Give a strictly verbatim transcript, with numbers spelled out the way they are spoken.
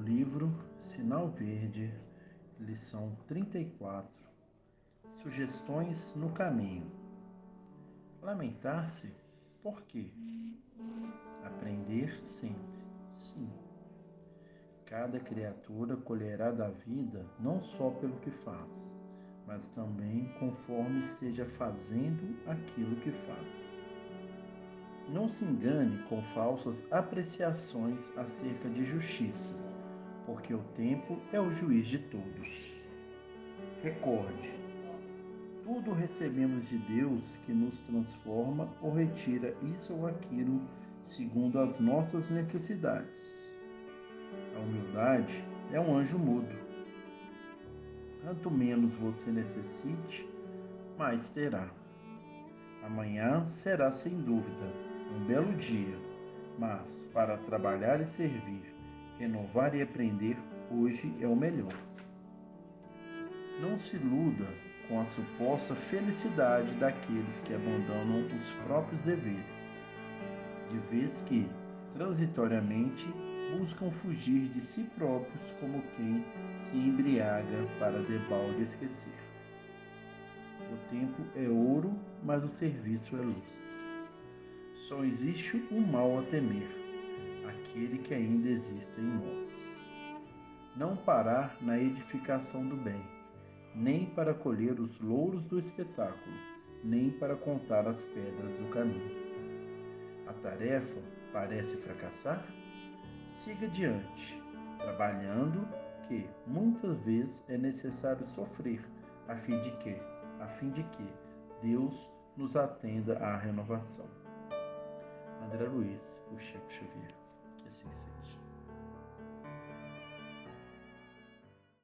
livro Sinal Verde, lição trinta e quatro. Sugestões no caminho. Lamentar-se? Por quê? Aprender sempre. Sim. Cada criatura colherá da vida não só pelo que faz, mas também conforme esteja fazendo aquilo que faz. Não se engane com falsas apreciações acerca de justiça, porque o tempo é o juiz de todos. Recorde, tudo recebemos de Deus que nos transforma ou retira isso ou aquilo segundo as nossas necessidades. A humildade é um anjo mudo. Quanto menos você necessite, mais terá. Amanhã será sem dúvida um belo dia, mas para trabalhar e servir, renovar e aprender, hoje é o melhor. Não se iluda com a suposta felicidade daqueles que abandonam os próprios deveres, de vez que, transitoriamente, buscam fugir de si próprios como quem se embriaga para debalde esquecer. O tempo é ouro, mas o serviço é luz. Só existe um mal a temer, aquele que ainda existe em nós. Não parar na edificação do bem, nem para colher os louros do espetáculo, nem para contar as pedras do caminho. A tarefa parece fracassar? Siga adiante, trabalhando, que muitas vezes é necessário sofrer, a fim de que, a fim de que Deus nos atenda à renovação. André Luiz, o Chico Xavier.